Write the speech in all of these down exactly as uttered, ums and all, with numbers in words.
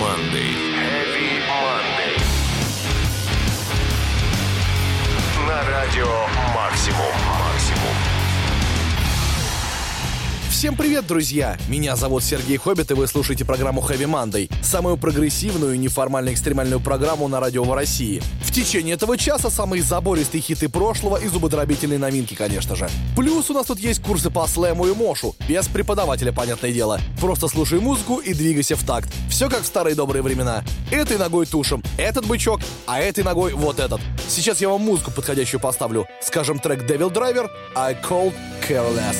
Monday. Heavy Monday. На радио Максимум. Максимум. Всем привет, друзья! Меня зовут Сергей Хоббит, и вы слушаете программу Heavy Monday, самую прогрессивную и неформально-экстремальную программу на радио в России. В течение этого часа самые забористые хиты прошлого и зубодробительные новинки, конечно же. Плюс у нас тут есть курсы по слэму и мошу, без преподавателя, понятное дело. Просто слушай музыку и двигайся в такт. Все как в старые добрые времена. Этой ногой тушим этот бычок, а этой ногой вот этот. Сейчас я вам музыку подходящую поставлю. Скажем, трек Devil Driver, I Could Care Less.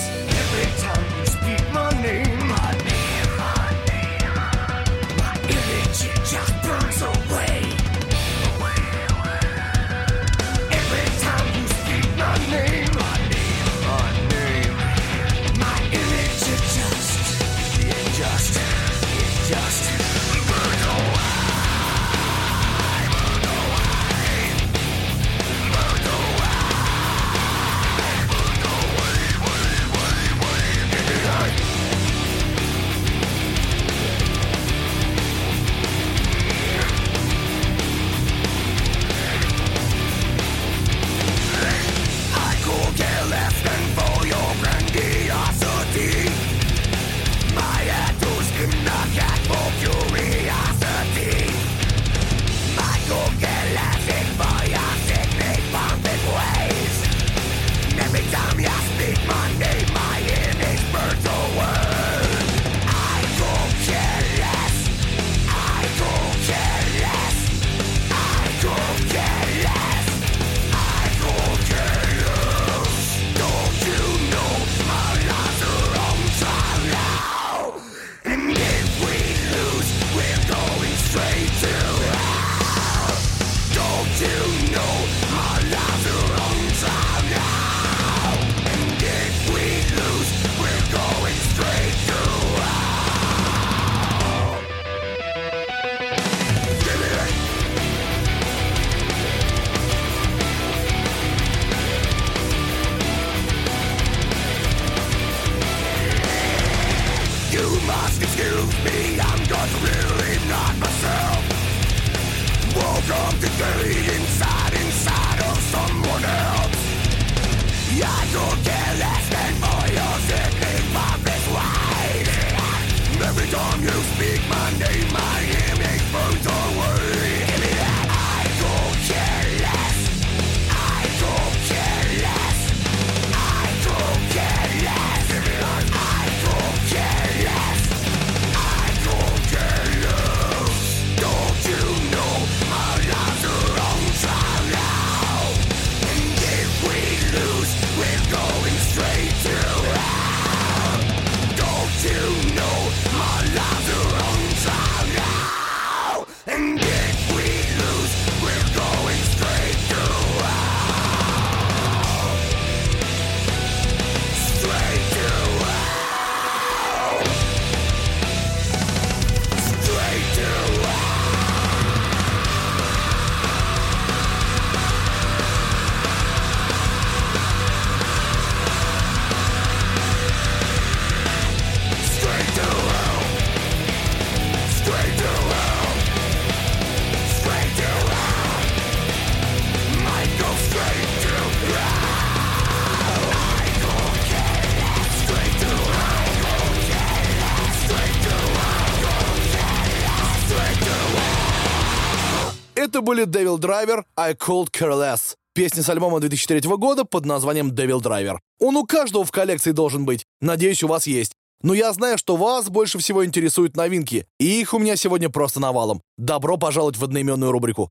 Это были Devil Driver, I Could Care Less. Песня с альбома две тысячи третьего года под названием Devil Driver. Он у каждого в коллекции должен быть. Надеюсь, у вас есть. Но я знаю, что вас больше всего интересуют новинки. И их у меня сегодня просто навалом. Добро пожаловать в одноименную рубрику.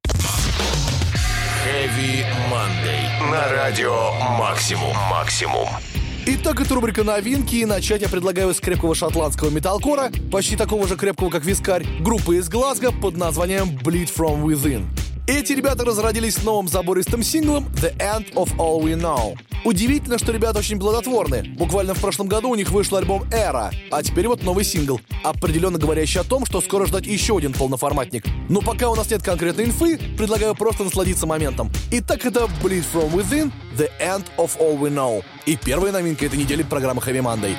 Heavy Monday. На радио Максимум. Максимум. Итак, это рубрика новинки, и начать я предлагаю с крепкого шотландского металкора, почти такого же крепкого, как вискарь, группы из Глазго под названием Bleed From Within. Эти ребята разродились с новым забористым синглом The End of All We Know. Удивительно, что ребята очень плодотворны. Буквально в прошлом году у них вышел альбом Era, а теперь вот новый сингл, определенно говорящий о том, что скоро ждать еще один полноформатник. Но пока у нас нет конкретной инфы, предлагаю просто насладиться моментом. Итак, это Bleed From Within, The End of All We Know. И первая новинка этой недели программы Heavy Monday.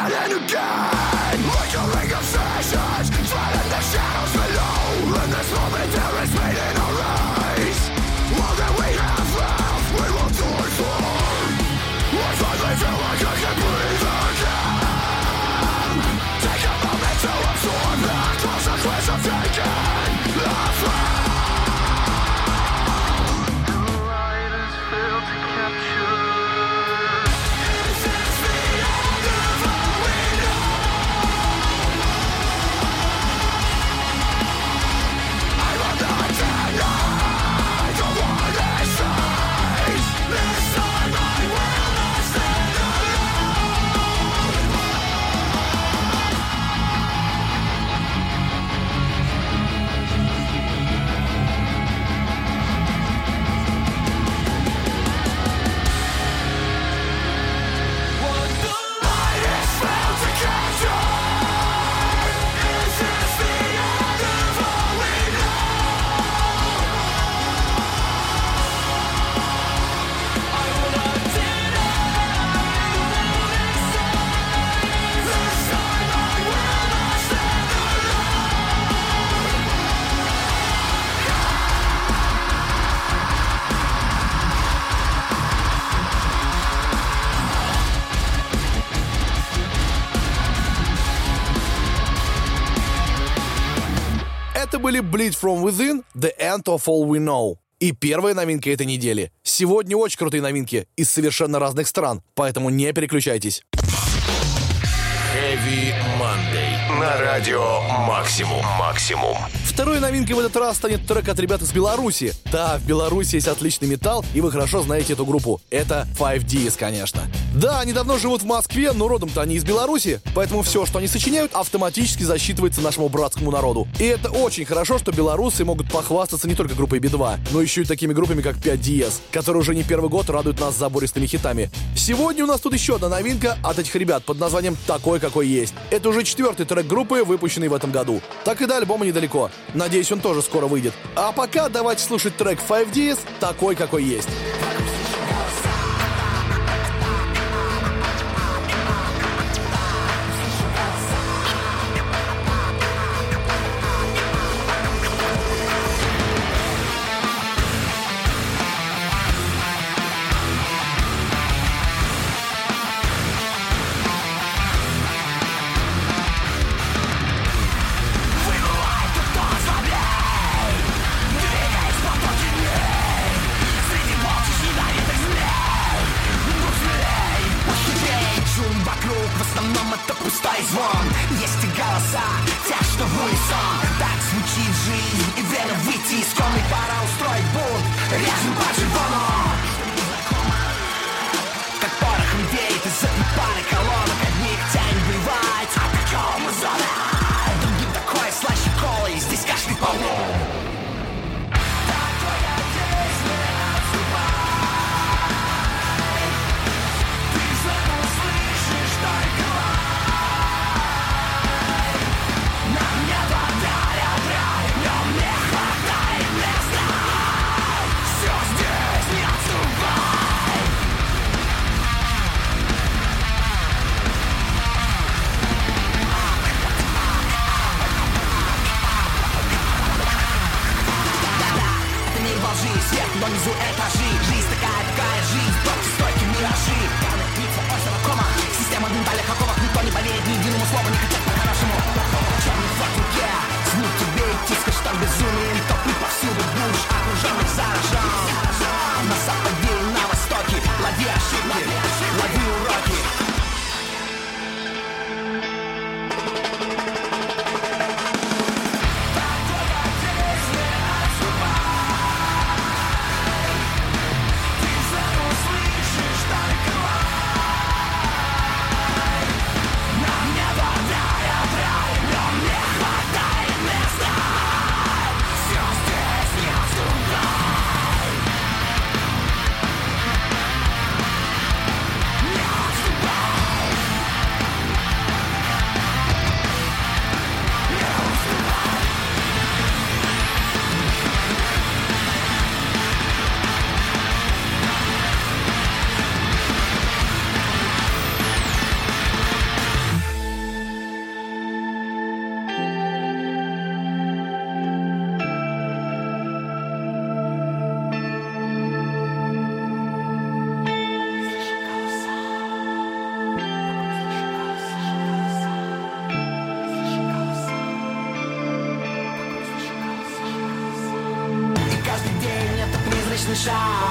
Это были Bleed From Within, The End of All We Know. И первая новинка этой недели. Сегодня очень крутые новинки из совершенно разных стран, поэтому не переключайтесь. Heavy Monday на радио Максимум. Максимум. Второй новинкой в этот раз станет трек от ребят из Беларуси. Да, в Беларуси есть отличный металл, и вы хорошо знаете эту группу. Это файв ди эс, конечно. Да, они давно живут в Москве, но родом-то они из Беларуси, поэтому все, что они сочиняют, автоматически засчитывается нашему братскому народу. И это очень хорошо, что белорусы могут похвастаться не только группой би два, но еще и такими группами, как пять ди эс, которые уже не первый год радуют нас забористыми хитами. Сегодня у нас тут еще одна новинка от этих ребят под названием «Такой, какой есть». Это уже четвертый трек группы, выпущенный в этом году. Так и до альбома недалеко. Надеюсь, он тоже скоро выйдет. А пока давайте слушать трек файв ди эс «Такой, какой есть».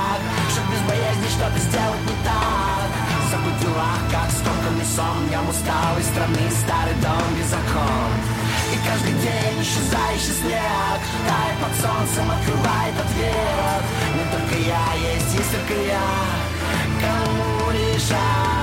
шаг, чтоб без боязни что-то сделать не так. Забыть дела, как скомканный сон. Я устал из страны, старый дом без окон. И каждый день исчезающий снег тает под солнцем, открывает ответ. Не только я, есть, есть только я. Кому решать?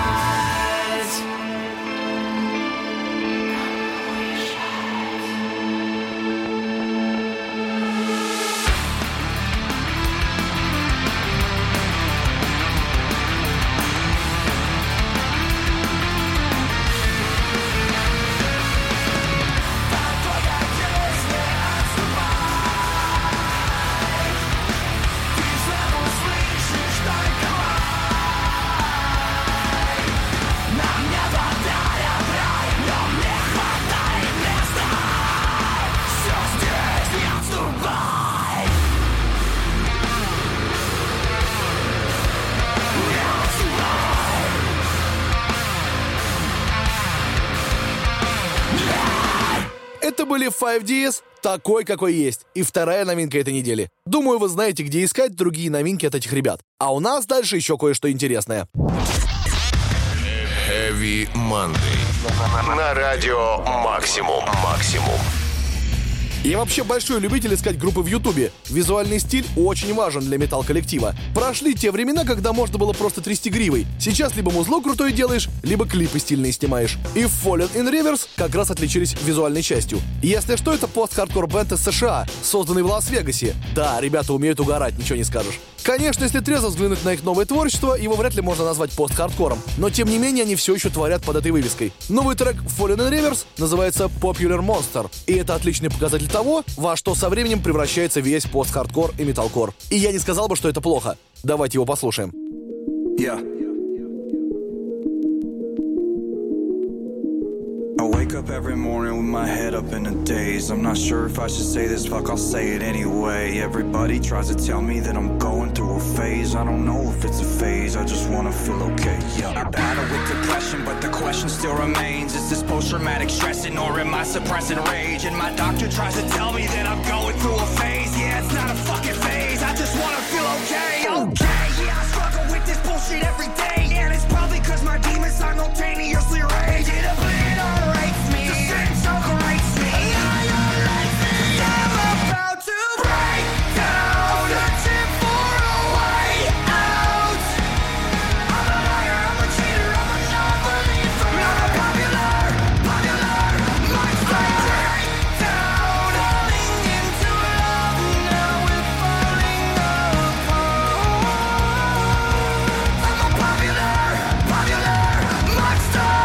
Это были файв ди эс, такой, какой есть. И вторая новинка этой недели. Думаю, вы знаете, где искать другие новинки от этих ребят. А у нас дальше еще кое-что интересное. Heavy Monday. На радио Максимум. Максимум. Я вообще большой любитель искать группы в Ютубе. Визуальный стиль очень важен для метал-коллектива. Прошли те времена, когда можно было просто трясти гривой. Сейчас либо музло крутое делаешь, либо клипы стильные снимаешь. И Fallen in Reverse как раз отличились визуальной частью. Если что, это пост-хардкор бенд из США, созданный в Лас-Вегасе. Да, ребята умеют угорать, ничего не скажешь. Конечно, если трезво взглянуть на их новое творчество, его вряд ли можно назвать пост-хардкором. Но тем не менее, они все еще творят под этой вывеской. Новый трек Fallen in Reverse называется Popular Monster. И это отличный показатель того, во что со временем превращается весь пост-хардкор и металкор. И я не сказал бы, что это плохо. Давайте его послушаем. Yeah. I wake up every morning with my head up in a daze. I'm not sure if I should say this, fuck, I'll say it anyway. Everybody tries to tell me that I'm going through a phase. I don't know if it's a phase, I just wanna feel okay, yeah. I battle with depression, but the question still remains. Is this post-traumatic stressing or am I suppressing rage? And my doctor tries to tell me that I'm going through a phase. Yeah, it's not a fucking phase, I just wanna feel okay, okay. Yeah, I struggle with this bullshit every day. And it's probably cause my demons simultaneously rage. It obliterates me, the sin separates me, annihilates me. I'm about to break down, searching for a way out. I'm a liar, I'm a cheater, I'm a non-believer. I'm a popular, popular monster. Break down, falling into love, now we're falling apart. I'm a popular, popular monster.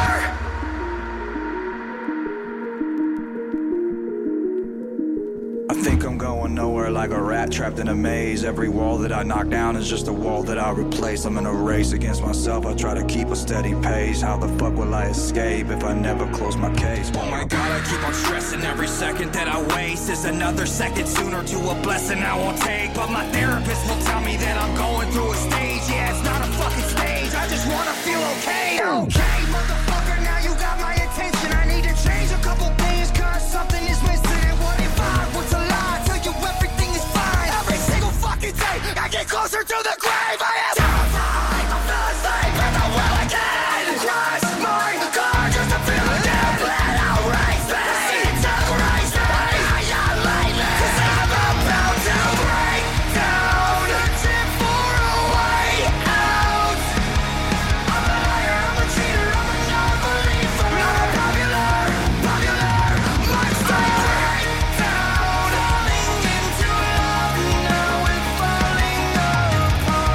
I think I'm going nowhere like a rat trapped in a maze. Every wall that I knock down is just a wall that I replace. I'm in a race against myself, I try to keep a steady pace. How the fuck will I escape if I never close my case? Oh my god, I keep on stressing. Every second that I waste is another second sooner to a blessing I won't take. But my therapist will tell me that I'm going through a stage. Yeah, it's not a fucking stage, I just wanna feel okay. Okay, motherfucker, now you got my attention. I need to change a couple things cause something is missing. And what if I was to lie, tell you everything is fine? Every single fucking day I get closer to the grave. I am terrified, I fell asleep and I will again. Crush my car just to feel it down. Let out race me, disintegrates me, annihilate me. Cause I'm about to break down, searching for a way out. I'm a liar, I'm a cheater, I'm a non-believer. I'm a popular, popular monster. Break down, falling into love, now we're falling apart.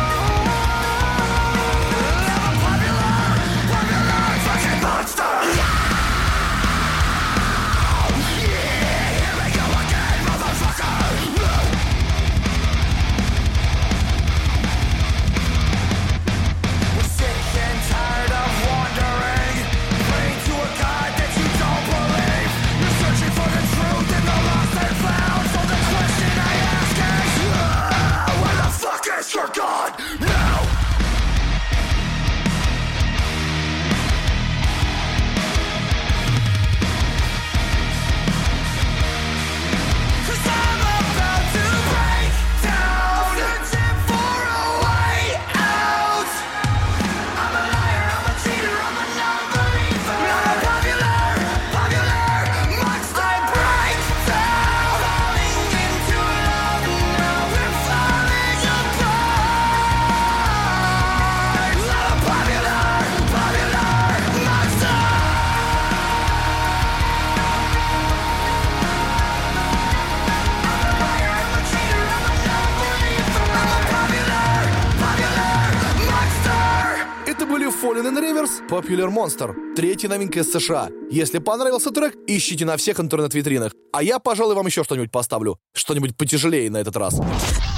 Rolling in Reverse, Popular Monster. Третья новинка из США. Если понравился трек, ищите на всех интернет-витринах. А я, пожалуй, вам еще что-нибудь поставлю. Что-нибудь потяжелее на этот раз.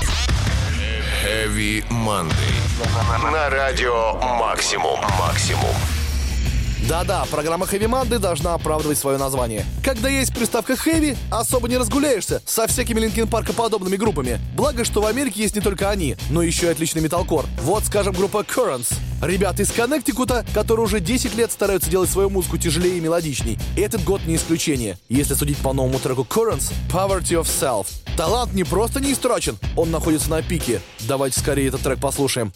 Heavy Monday. На радио Максимум. Максимум. Да-да, программа Heavy Monday должна оправдывать свое название. Когда есть приставка Heavy, особо не разгуляешься со всякими Linkin Park подобными группами. Благо, что в Америке есть не только они, но еще и отличный металкор. Вот, скажем, группа Currents. Ребята из Коннектикута, которые уже десять лет стараются делать свою музыку тяжелее и мелодичней. И этот год не исключение, если судить по новому треку Currents «Poverty of Self». Талант не просто не истрачен, он находится на пике. Давайте скорее этот трек послушаем.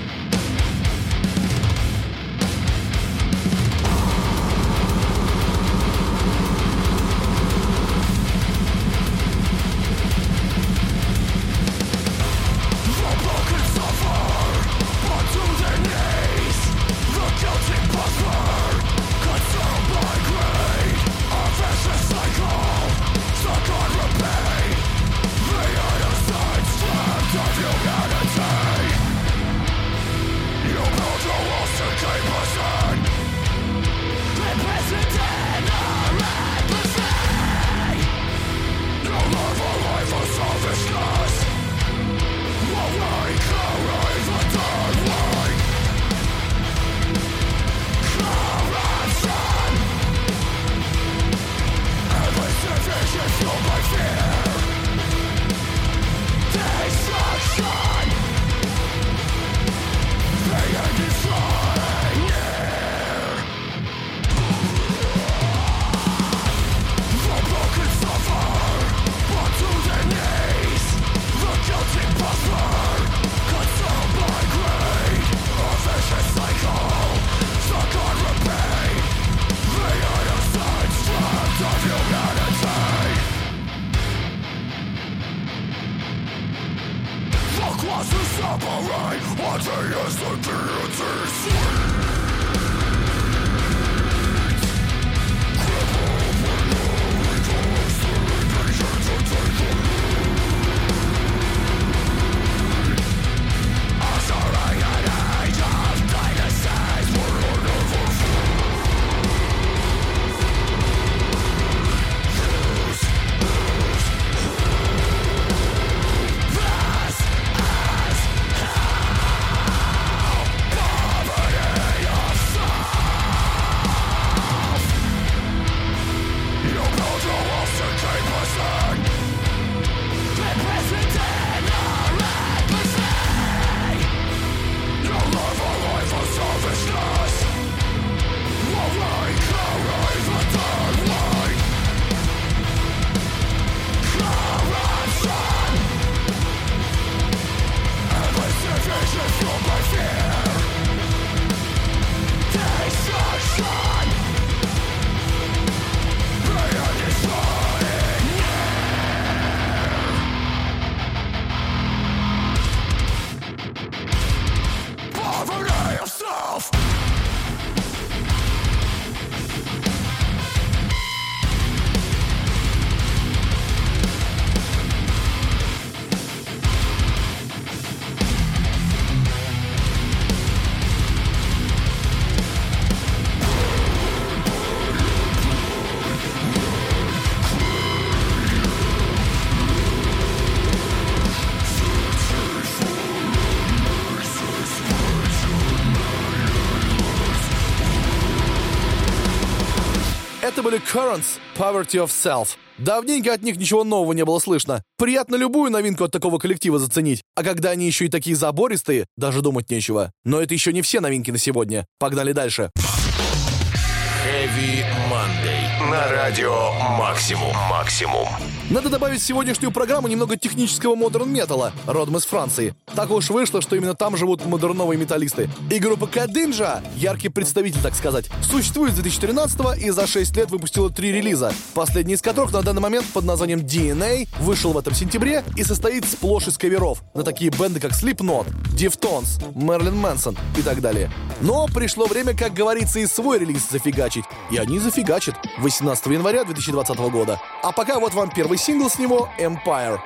Это были Currents, Poverty of Self. Давненько от них ничего нового не было слышно. Приятно любую новинку от такого коллектива заценить. А когда они еще и такие забористые, даже думать нечего. Но это еще не все новинки на сегодня. Погнали дальше. Heavy Monday. На радио Максимум. Максимум. Надо добавить в сегодняшнюю программу немного технического модерн-металла, родом из Франции. Так уж вышло, что именно там живут модерновые металлисты. И группа Кадинджа, яркий представитель, так сказать, существует с две тысячи тринадцатого и за шесть лет выпустила три релиза, последний из которых на данный момент под названием ди эн эй вышел в этом сентябре и состоит сплошь из каверов на такие бенды, как Slipknot, Deftones, Мерлин Мэнсон и так далее. Но пришло время, как говорится, и свой релиз зафигачить. И они зафигачат восемнадцатого января две тысячи двадцатого года. А пока вот вам первый сингл с него «Empire».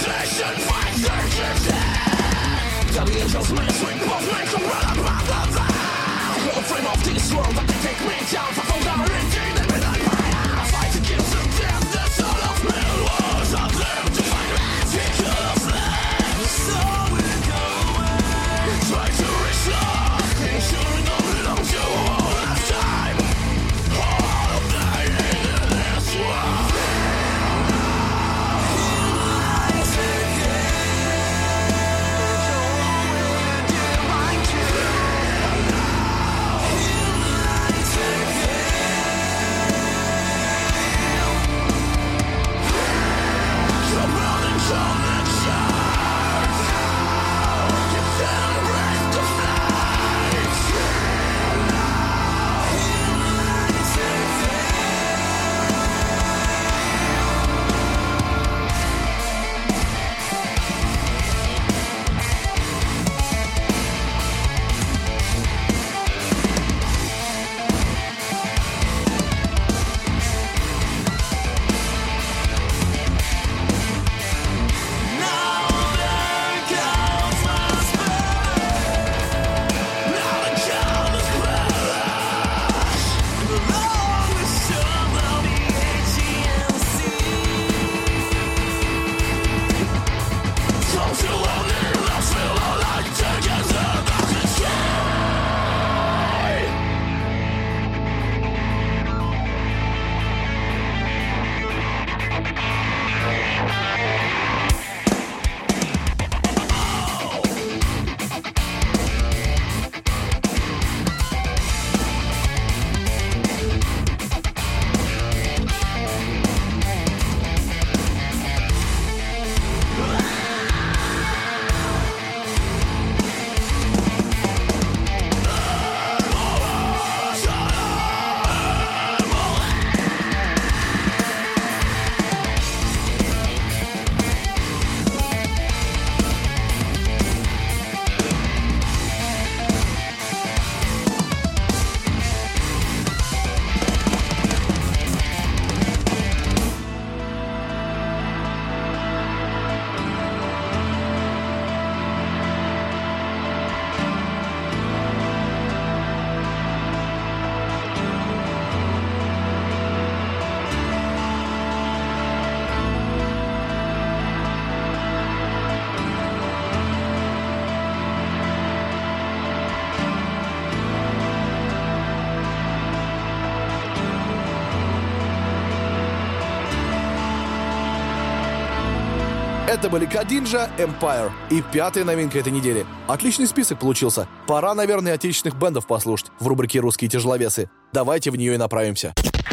Это были Кадинджа, Empire и пятая новинка этой недели. Отличный список получился. Пора, наверное, отечественных бэндов послушать в рубрике «Русские тяжеловесы». Давайте в нее и направимся.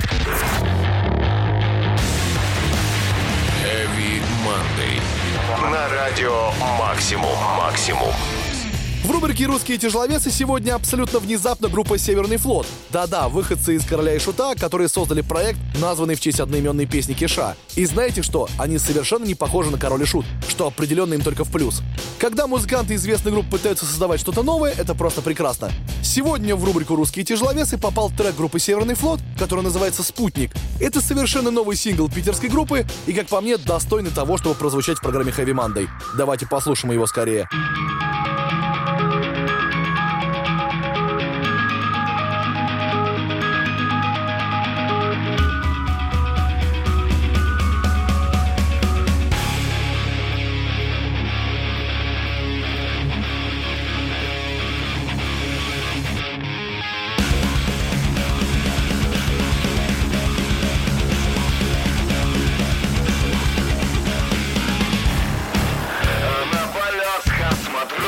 Heavy Monday. На радио «Максимум». Максимум. В рубрике «Русские тяжеловесы» сегодня абсолютно внезапно группа «Северный флот». Да-да, выходцы из «Короля и Шута», которые создали проект, названный в честь одноименной песни Кеша. И знаете что? Они совершенно не похожи на «Король и Шут», что определенно им только в плюс. Когда музыканты известной группы пытаются создавать что-то новое, это просто прекрасно. Сегодня в рубрику «Русские тяжеловесы» попал трек группы «Северный флот», который называется «Спутник». Это совершенно новый сингл питерской группы и, как по мне, достойный того, чтобы прозвучать в программе Heavy Monday. Давайте послушаем его скорее. На полет смотрю.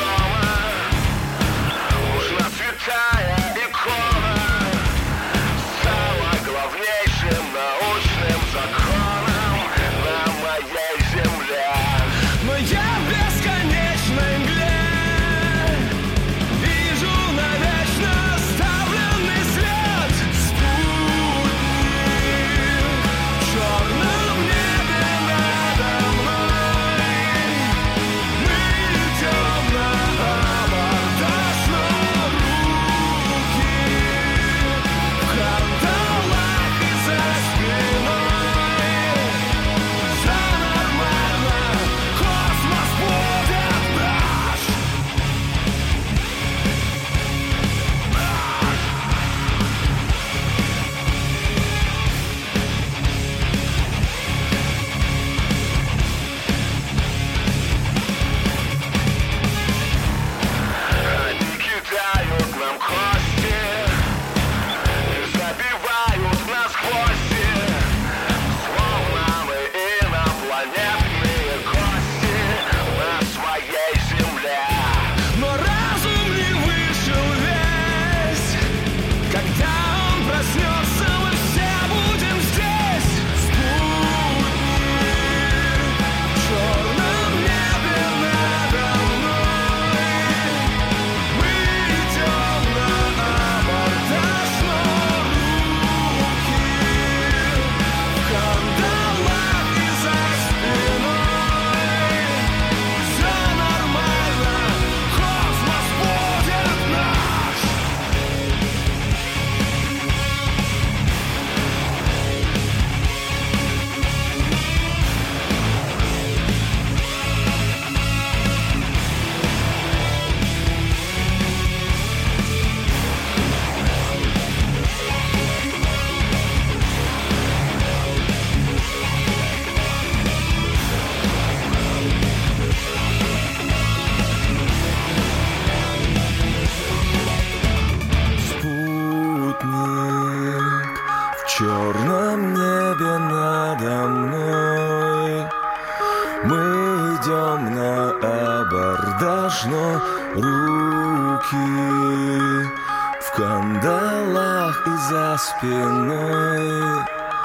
Руки в кандалах и за спиной.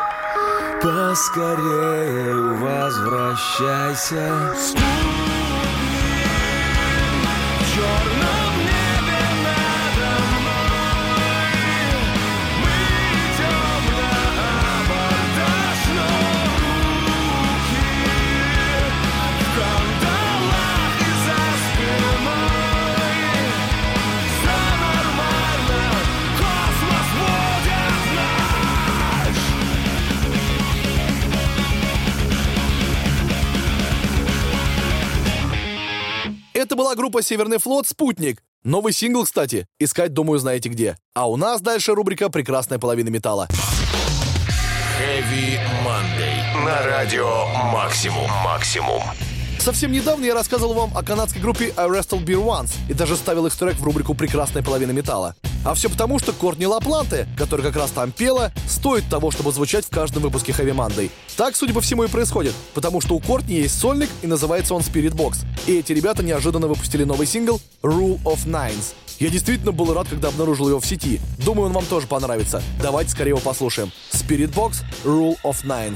Поскорее возвращайся. В черном небе надо мной мы идем на абордаж, но руки в кандалах и за спиной. Все нормально, космос будет наш. Это была группа «Северный флот» «Спутник». Новый сингл, кстати, искать, думаю, знаете где. А у нас дальше рубрика «Прекрасная половина металла». Heavy Monday на радио Максимум. Максимум. Совсем недавно я рассказывал вам о канадской группе I Wrestled Beer Once и даже ставил их трек в рубрику «Прекрасная половина металла». А все потому, что Кортни Лапланте, которая как раз там пела, стоит того, чтобы звучать в каждом выпуске Heavy Monday. Так, судя по всему, и происходит, потому что у Кортни есть сольник, и называется он Spirit Box. И эти ребята неожиданно выпустили новый сингл Rule of Nines. Я действительно был рад, когда обнаружил его в сети. Думаю, он вам тоже понравится. Давайте скорее его послушаем. Spirit Box Rule of Nines.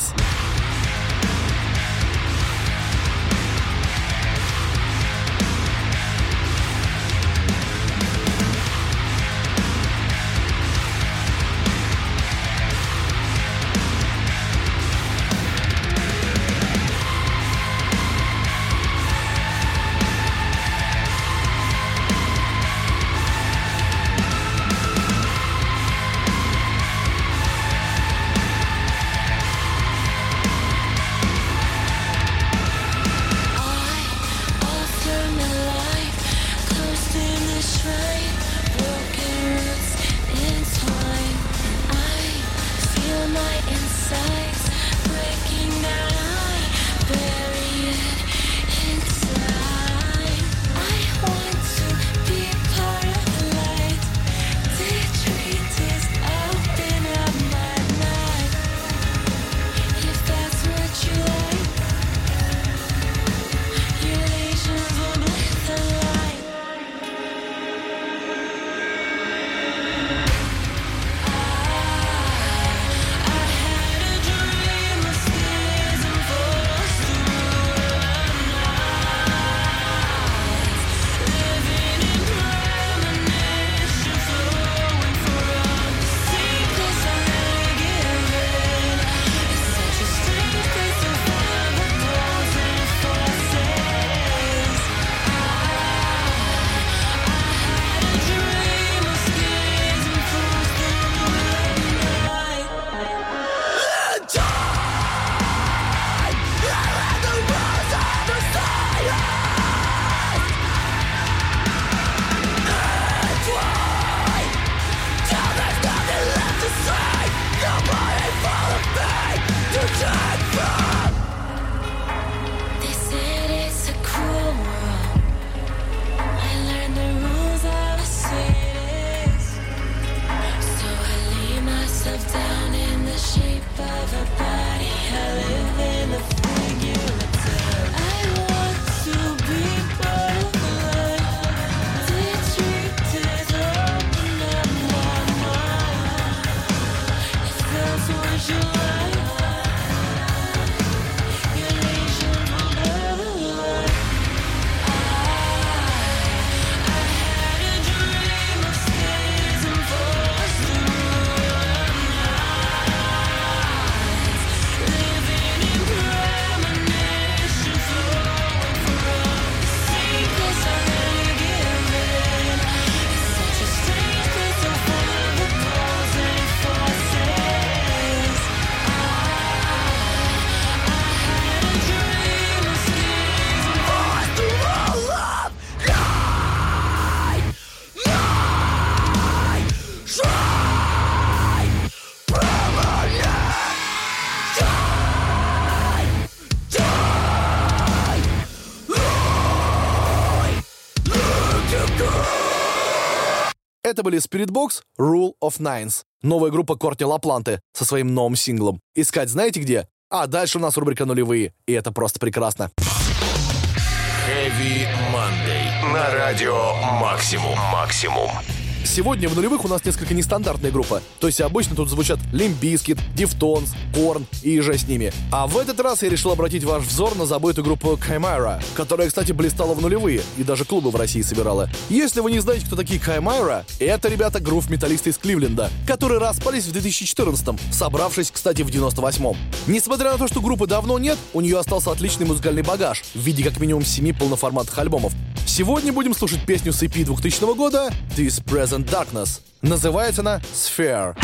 Это были Spirit Box Rule of Nines. Новая группа Кортни Лапланте со своим новым синглом. Искать знаете где? А дальше у нас рубрика «Нулевые». И это просто прекрасно. Heavy Monday. На радио Максимум. Максимум. Сегодня в нулевых у нас несколько нестандартная группа. То есть обычно тут звучат Limp Bizkit, Deftones, Korn и же с ними. А в этот раз я решил обратить ваш взор на забытую группу Chimera, которая, кстати, блистала в нулевые и даже клубы в России собирала. Если вы не знаете, кто такие Chimera, это, ребята, грув-металлисты из Кливленда, которые распались в две тысячи четырнадцатом, собравшись, кстати, в девяносто восьмом. Несмотря на то, что группы давно нет, у нее остался отличный музыкальный багаж в виде как минимум семи полноформатных альбомов. Сегодня будем слушать песню с и пи двухтысячного года This Present Darkness. Называется она Sphere.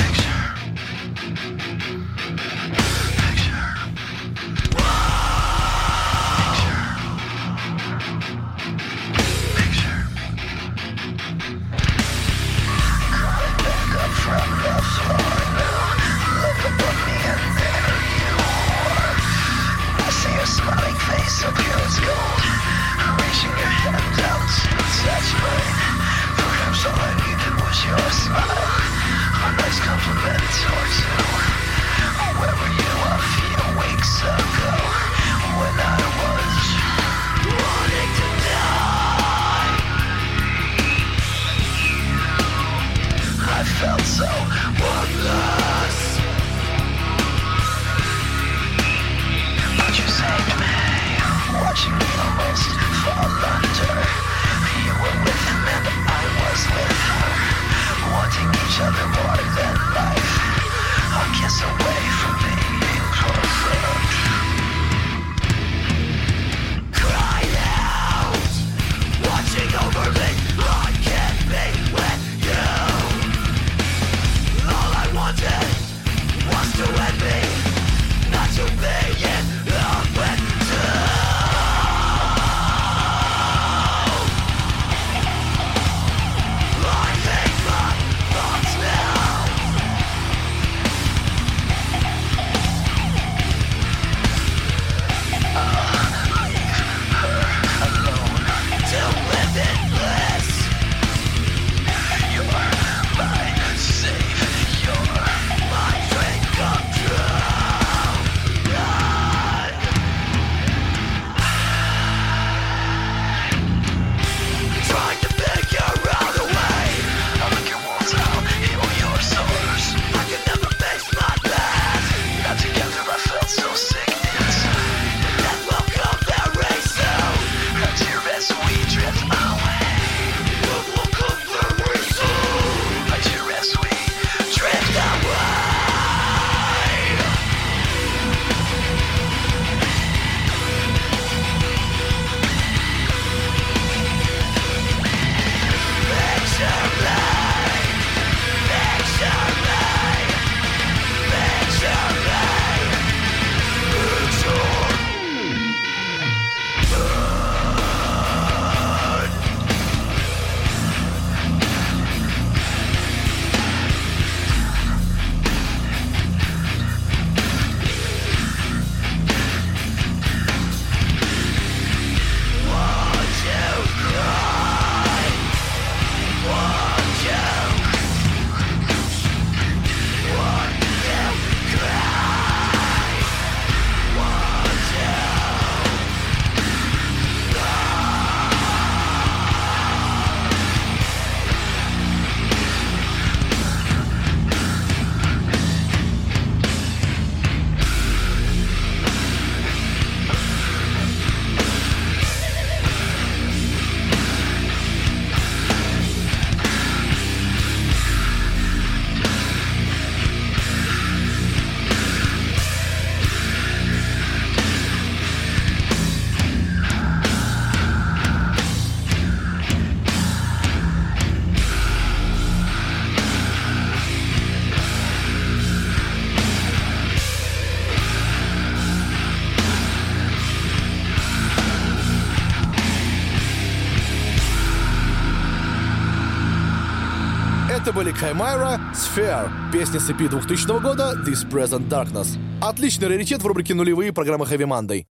Это были Chimera, Sphere, песня с и пи двухтысячного года This Present Darkness. Отличный раритет в рубрике «Нулевые» программы Heavy Monday.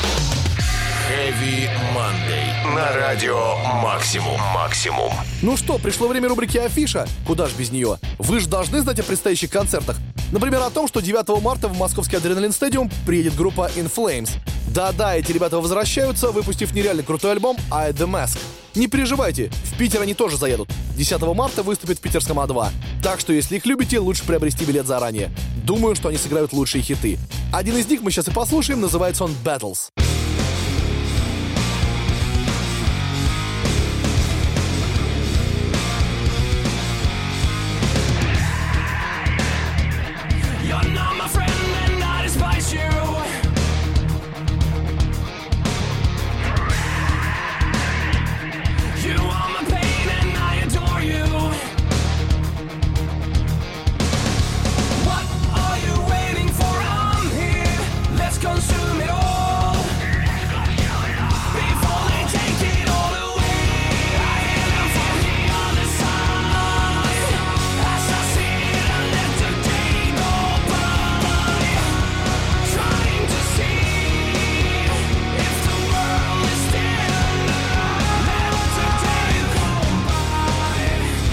Heavy Monday. На радио Максимум. Максимум. Ну что, пришло время рубрики «Афиша». Куда ж без нее? Вы же должны знать о предстоящих концертах. Например, о том, что девятого марта в московский Адреналин Стадиум приедет группа In Flames. Да-да, эти ребята возвращаются, выпустив нереально крутой альбом «I The Mask». Не переживайте, в Питер они тоже заедут. десятого марта выступят в питерском А два. Так что, если их любите, лучше приобрести билет заранее. Думаю, что они сыграют лучшие хиты. Один из них мы сейчас и послушаем, называется он «Battles». Consume it all before they take it all away. I hear them from the other side as I sit and let the day go by, trying to see if the world is still. Let the day go by.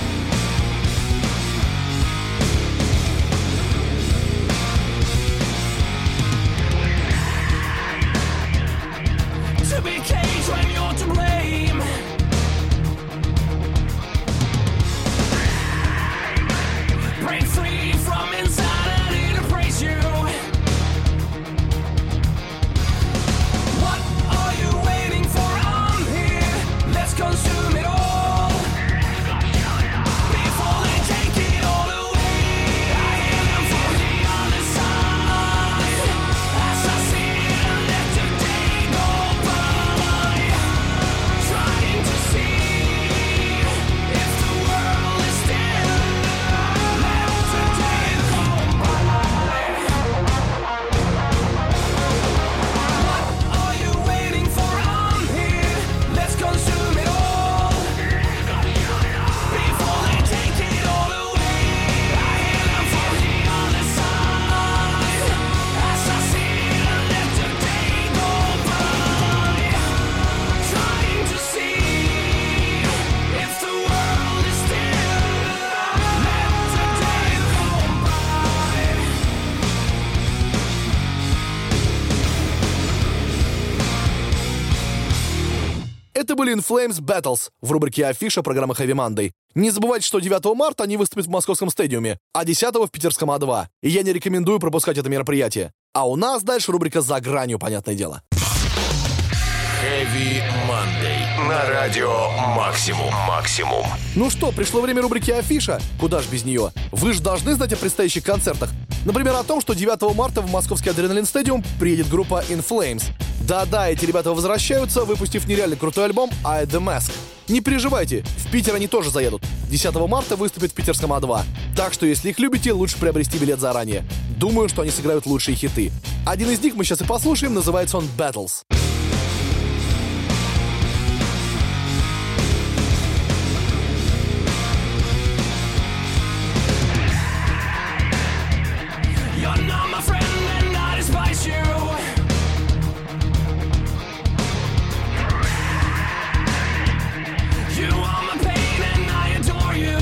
To be caged when you're to blame. Break free from insanity to praise you. What are you waiting for? I'm here. Let's consume it all before they take it all away. I hear them from the other side as I sit and let the day go by, trying to see if the world is still. Let the day go by. What are you waiting for? I'm here. Let's consume it all before they take it all away. I hear them from the other side as I sit and let the day go by, trying to see if the world is still. Let the day go by. Это были In Flames Battles в рубрике «Афиша» программы Heavy Monday. Не забывайте, что девятого марта они выступят в московском стадиуме, а десятого в питерском А два. И я не рекомендую пропускать это мероприятие. А у нас дальше рубрика «За гранью», понятное дело. Heavy Monday на радио Максимум. Максимум. Ну что, пришло время рубрики «Афиша». Куда ж без нее? Вы же должны знать о предстоящих концертах. Например, о том, что девятого марта в московский Адреналин Стадиум приедет группа In Flames. Да-да, эти ребята возвращаются, выпустив нереально крутой альбом «I The Mask». Не переживайте, в Питер они тоже заедут. десятого марта выступят в питерском А два. Так что, если их любите, лучше приобрести билет заранее. Думаю, что они сыграют лучшие хиты. Один из них мы сейчас и послушаем, называется он «Battles». You're not my friend and I despise you. You are my pain and I adore you.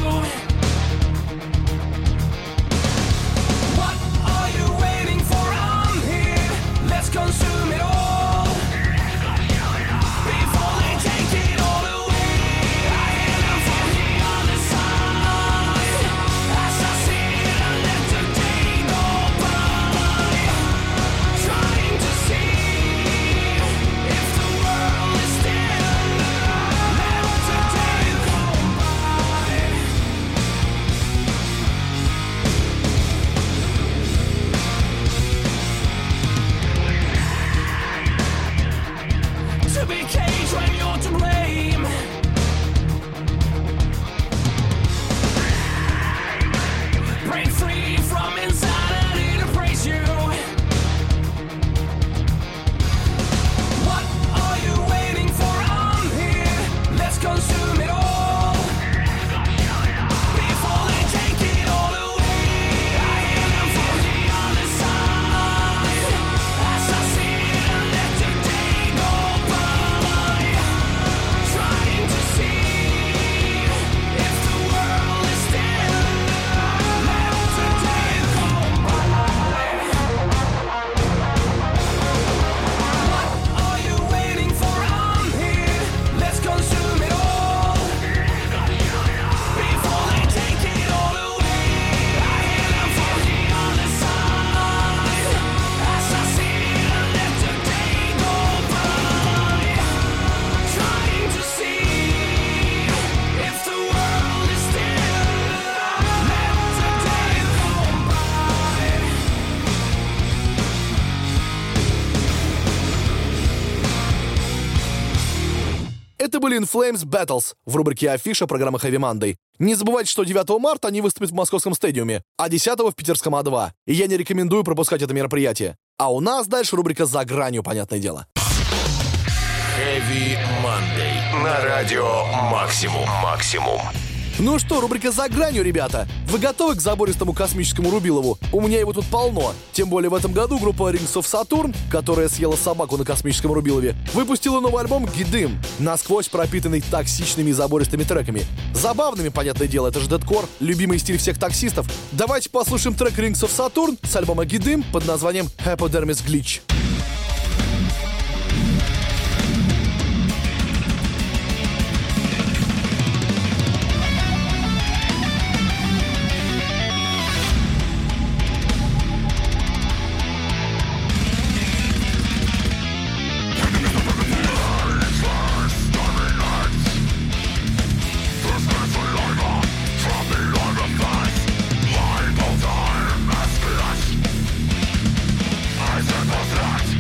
What are you waiting for? I'm here. Let's consume it all Это были In Flames Battles в рубрике «Афиша» программы Heavy Monday. Не забывайте, что девятого марта они выступят в Московском стадиуме, а десятого в питерском А два. И я не рекомендую пропускать это мероприятие. А у нас дальше рубрика «За гранью», понятное дело. Heavy Monday. На радио Максимум. Максимум. Ну что, рубрика «За гранью», ребята. Вы готовы к забористому космическому Рубилову? У меня его тут полно. Тем более в этом году группа Rings of Saturn, которая съела собаку на космическом Рубилове, выпустила новый альбом «Гидым», насквозь пропитанный токсичными и забористыми треками. Забавными, понятное дело, это же дэткор, любимый стиль всех таксистов. Давайте послушаем трек Rings of Saturn с альбома «Гидым» под названием «Hypodermis Glitch». I said,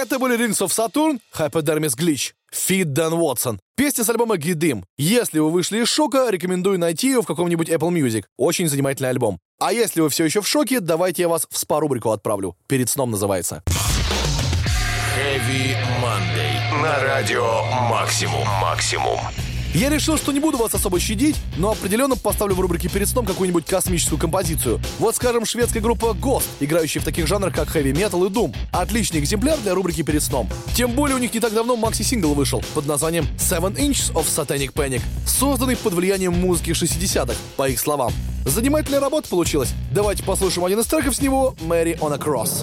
Это были Rings of Saturn, Hypodermis Glitch, Feat Дэн Уотсон. Песня с альбома Гидым. Если вы вышли из шока, рекомендую найти ее в каком-нибудь Apple Music. Очень занимательный альбом. А если вы все еще в шоке, давайте я вас в спа-рубрику отправлю. «Перед сном» называется. Heavy Monday. На радио Максимум. Максимум. Я решил, что не буду вас особо щадить, но определенно поставлю в рубрике «Перед сном» какую-нибудь космическую композицию. Вот, скажем, шведская группа Ghost, играющая в таких жанрах, как хэви метал и Doom. Отличный экземпляр для рубрики «Перед сном». Тем более у них не так давно макси-сингл вышел под названием Seven Inches of Satanic Panic, созданный под влиянием музыки шестидесятых, по их словам. Занимательная работа получилась. Давайте послушаем один из треков с него «Mary on a Cross».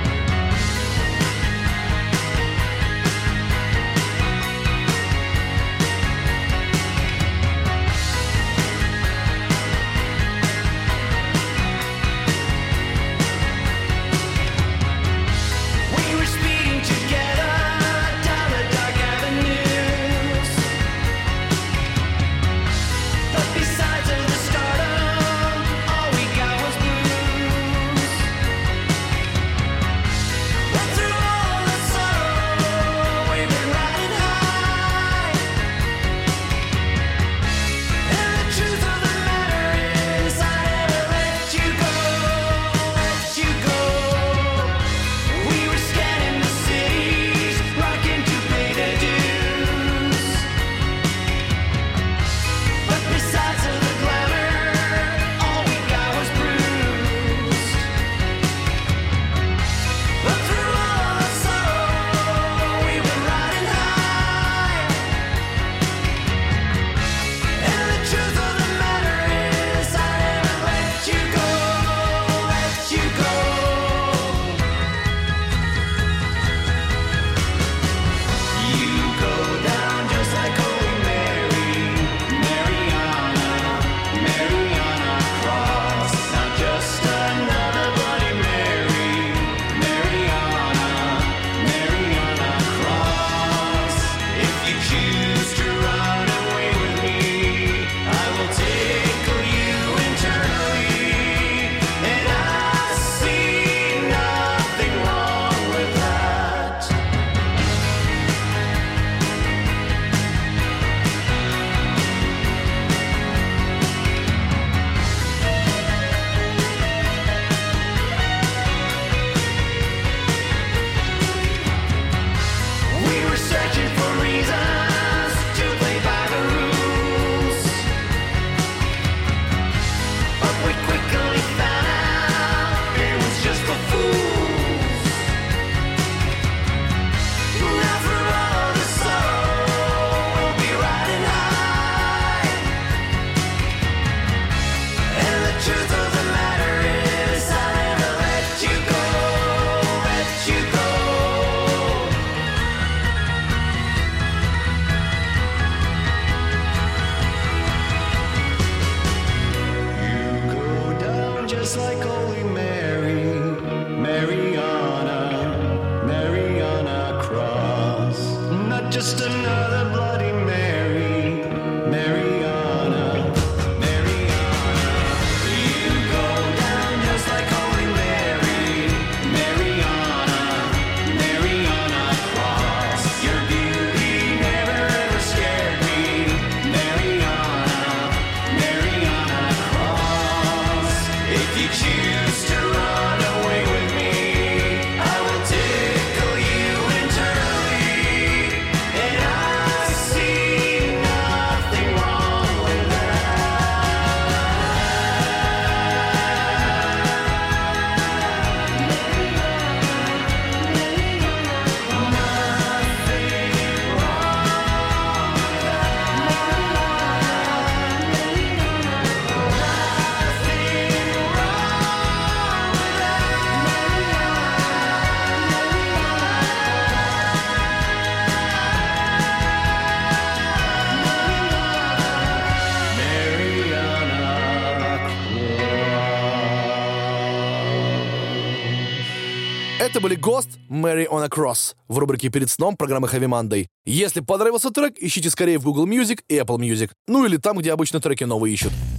Это были Ghost, Mary on a Cross в рубрике «Перед сном» программы Heavy Monday. Если понравился трек, ищите скорее в Google Music и Apple Music. Ну или там, где обычно треки новые ищут.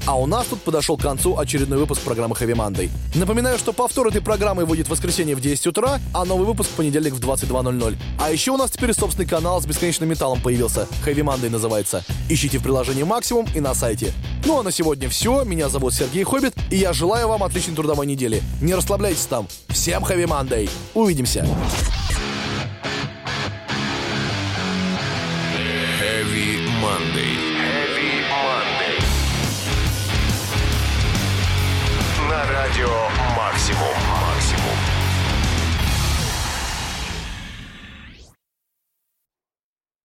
А у нас тут подошел к концу очередной выпуск программы Heavy Monday. Напоминаю, что повтор этой программы выйдет в воскресенье в десять утра, а новый выпуск в понедельник в двадцать два ноль ноль. А еще у нас теперь собственный канал с бесконечным металлом появился. Heavy Monday называется. Ищите в приложении Максимум и на сайте. Ну а на сегодня все. Меня зовут Сергей Хоббит, и я желаю вам отличной трудовой недели. Не расслабляйтесь там. Всем Heavy Monday. Увидимся. Heavy Monday. Heavy Monday. На радио Максимум.